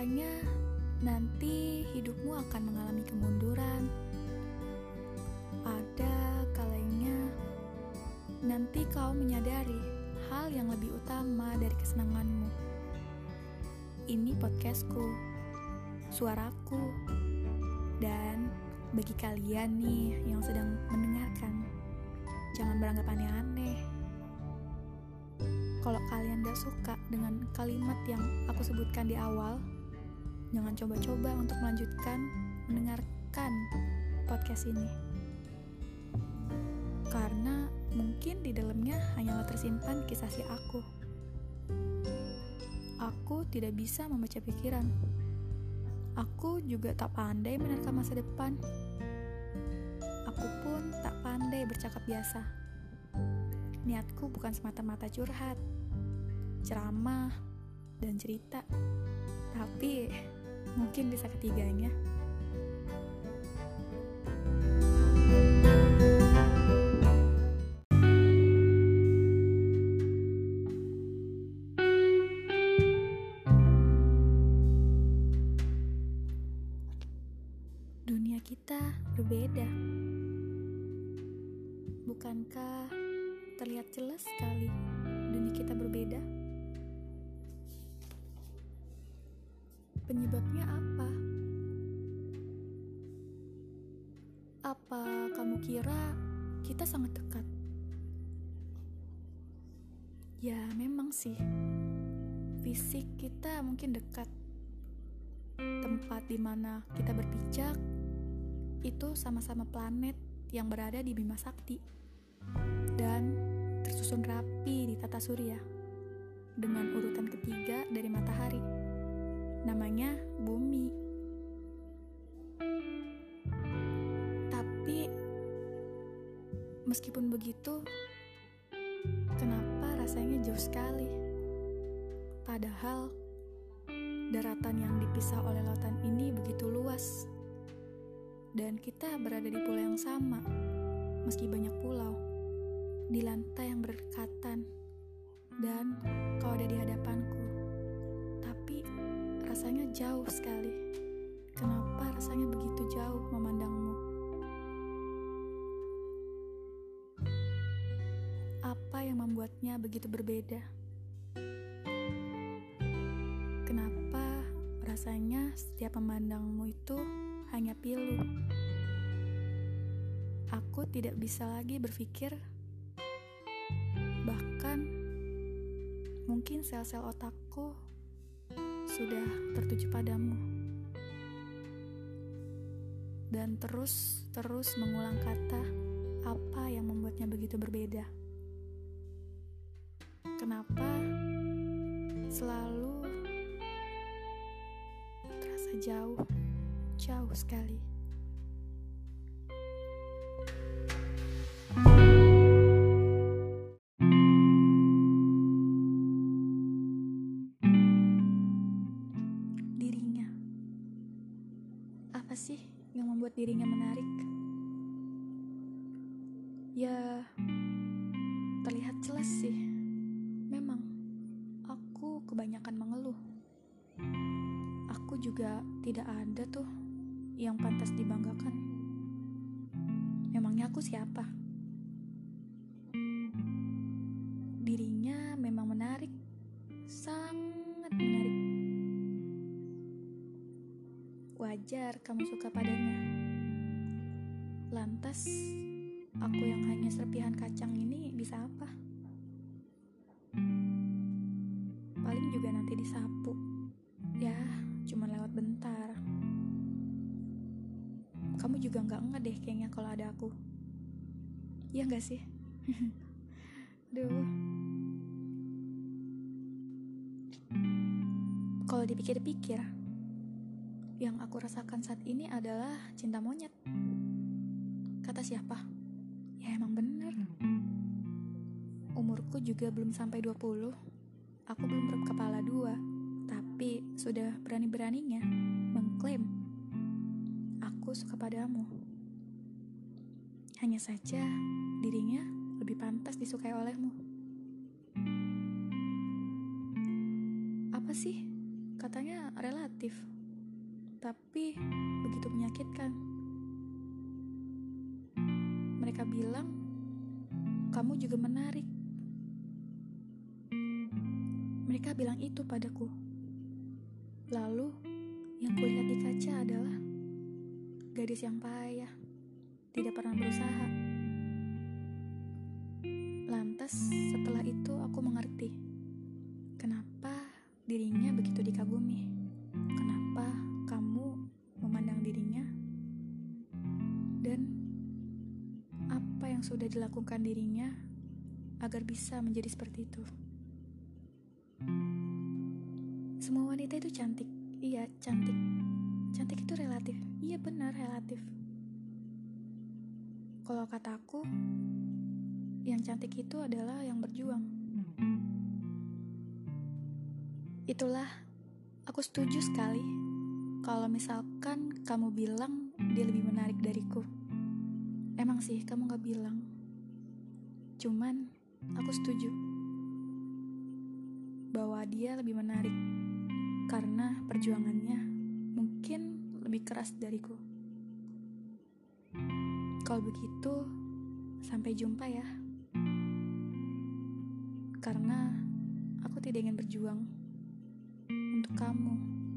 kalanya nanti hidupmu akan mengalami kemunduran. Ada kalanya nanti kau menyadari hal yang lebih utama dari kesenanganmu. Ini podcastku, suaraku, dan bagi kalian nih yang sedang mendengarkan, jangan beranggap aneh-aneh. Kalau kalian gak suka dengan kalimat yang aku sebutkan di awal, jangan coba-coba untuk melanjutkan mendengarkan podcast ini. Karena mungkin di dalamnya hanyalah tersimpan kisah si aku. Aku tidak bisa membaca pikiran. Aku juga tak pandai menerka masa depan. Aku pun tak pandai bercakap biasa. Niatku bukan semata-mata curhat, ceramah, dan cerita. Tapi mungkin bisa ketiganya. Dunia kita berbeda. Bukankah terlihat jelas sekali dunia kita berbeda? Penyebabnya apa? Apa kamu kira kita sangat dekat? Ya memang sih, fisik kita mungkin dekat. Tempat di mana kita berpijak itu sama-sama planet yang berada di Bima Sakti dan tersusun rapi di tata surya dengan urutan ketiga dari matahari, namanya bumi. Tapi meskipun begitu, kenapa rasanya jauh sekali? Padahal daratan yang dipisah oleh lautan ini begitu luas. Dan kita berada di pulau yang sama, meski banyak pulau, di lantai yang berdekatan, dan kau ada di hadapanku. Tapi rasanya jauh sekali. Kenapa rasanya begitu jauh memandangmu? Apa yang membuatnya begitu berbeda? Kenapa rasanya setiap memandangmu itu hanya pilu? Aku tidak bisa lagi berpikir. Bahkan mungkin sel-sel otakku sudah tertuju padamu dan terus mengulang kata apa yang membuatnya begitu berbeda. Kenapa selalu terasa jauh sekali. Dirinya. Apa sih yang membuat dirinya menarik? Ya, terlihat jelas sih. Memang, aku kebanyakan mengeluh. Aku juga tidak ada tuh yang pantas dibanggakan. Memangnya aku siapa? Dirinya memang menarik, sangat menarik. Wajar kamu suka padanya. Lantas, aku yang hanya serpihan kacang ini bisa apa? Paling juga nanti disapu. Ya, cuma lewat bentar. Kamu juga gak nge deh kayaknya kalau ada aku. Iya gak sih? Duh. Kalau dipikir-pikir, yang aku rasakan saat ini adalah cinta monyet. Kata siapa? Ya emang bener. Umurku juga belum sampai 20. Aku belum berkepala dua, tapi sudah berani-beraninya mengklaim aku suka padamu. Hanya saja dirinya lebih pantas disukai olehmu. Apa sih Katanya relatif, tapi begitu menyakitkan. Mereka bilang, kamu juga menarik. Mereka bilang itu padaku. Lalu, yang kulihat di kaca adalah gadis yang payah, tidak pernah berusaha. Lantas, setelah itu aku mengerti kenapa dirinya begitu dikagumi. Kenapa kamu memandang dirinya, dan apa yang sudah dilakukan dirinya agar bisa menjadi seperti itu. Semua wanita itu cantik. Iya, cantik. Cantik itu relatif. Iya benar, relatif. Kalau kataku, yang cantik itu adalah yang berjuang. Itulah, aku setuju sekali kalau misalkan kamu bilang dia lebih menarik dariku. Emang sih kamu gak bilang. Cuman aku setuju bahwa dia lebih menarik karena perjuangannya mungkin lebih keras dariku. Kalau begitu, sampai jumpa ya. Karena aku tidak ingin berjuang untuk kamu.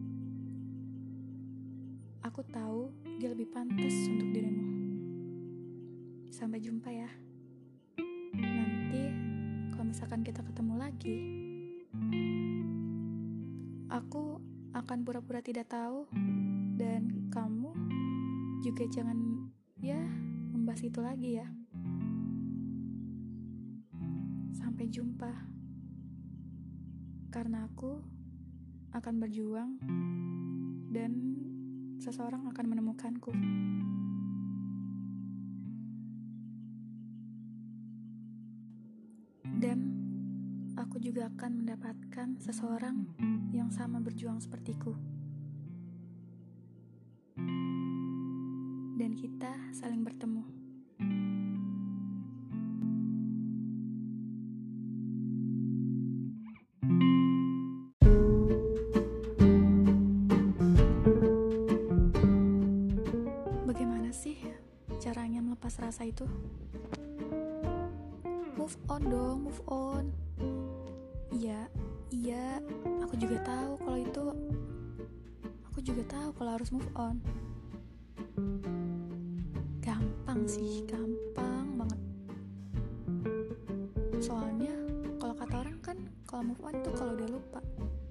Aku tahu dia lebih pantas untuk dirimu. Sampai jumpa ya. Nanti kalau misalkan kita ketemu lagi, aku akan pura-pura tidak tahu, dan kamu juga jangan membahas itu lagi ya. Sampai jumpa. Karena aku akan berjuang dan seseorang akan menemukanku. Dan aku juga akan mendapatkan seseorang yang sama berjuang sepertiku. Dan kita saling bertemu. Bagaimana sih caranya melepas rasa itu? Move on dong, move on. Iya, aku juga tahu kalau itu. Aku juga tahu kalau harus move on. Gampang sih, gampang banget. Soalnya kalau kata orang kan kalau move on tuh kalau udah lupa.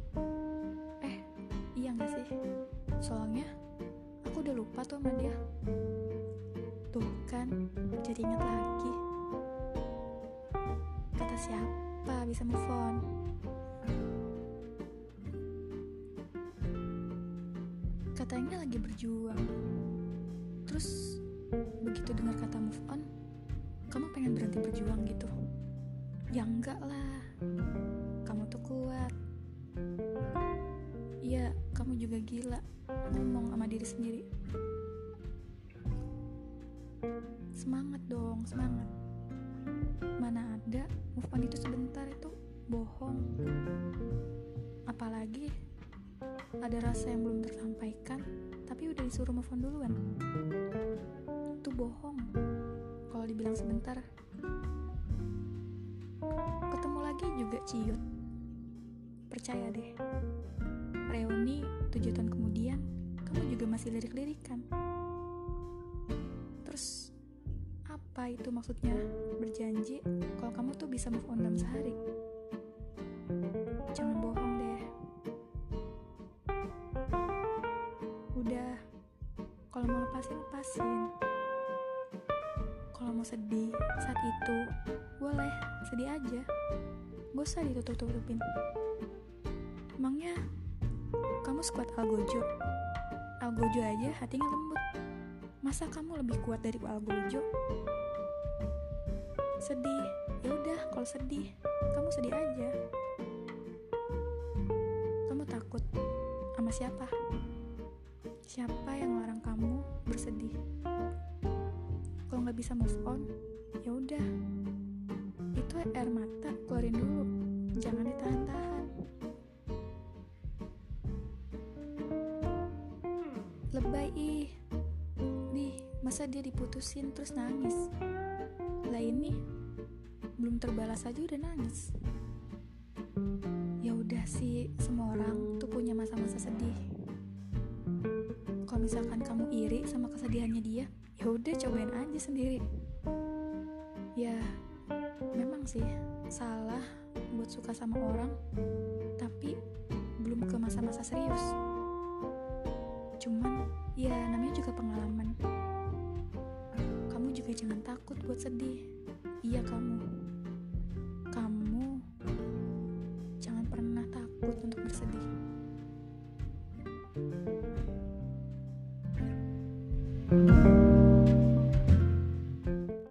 Iya gak sih? Soalnya aku udah lupa tuh sama dia. Tuh kan, jadi ingat lagi. Kata siapa bisa move on? Katanya lagi berjuang. Terus begitu dengar kata move on, kamu pengen berhenti berjuang gitu? Ya enggak lah, kamu tuh kuat. Iya, kamu juga gila ngomong sama diri sendiri. Semangat dong, semangat. Mana ada move on itu sebentar, itu bohong. Apalagi ada rasa yang belum tersampaikan tapi udah disuruh move on duluan. Itu bohong kalau dibilang sebentar. Ketemu lagi juga ciut. Percaya deh, reuni 7 tahun kemudian kamu juga masih lirik-lirikan. Terus apa itu maksudnya berjanji kalau kamu tuh bisa move on dalam sehari? Jangan bohong deh. Udah, kalau mau lepasin. Kalau mau sedih saat itu, boleh sedih aja. Gak usah ditutup-tutupin. Emangnya kamu sekuat Algojo? Algojo aja hatinya lembut. Masa kamu lebih kuat dari Algojo? Sedih, ya udah. Kalau sedih, kamu sedih aja. Kamu takut sama siapa? Siapa yang larang kamu bersedih? Kalau nggak bisa move on, ya udah. Itu air mata keluarin dulu, jangan ditahan-tahan. Masa dia diputusin terus nangis? Lah ini belum terbalas aja udah nangis. Ya udah sih, semua orang tuh punya masa-masa sedih. Kalau misalkan kamu iri sama kesedihannya dia, ya udah cobain aja sendiri. Ya, memang sih salah buat suka sama orang, tapi belum ke masa-masa serius. Cuman, ya namanya juga pengalaman. Kamu juga jangan takut buat sedih. Iya kamu jangan pernah takut untuk bersedih.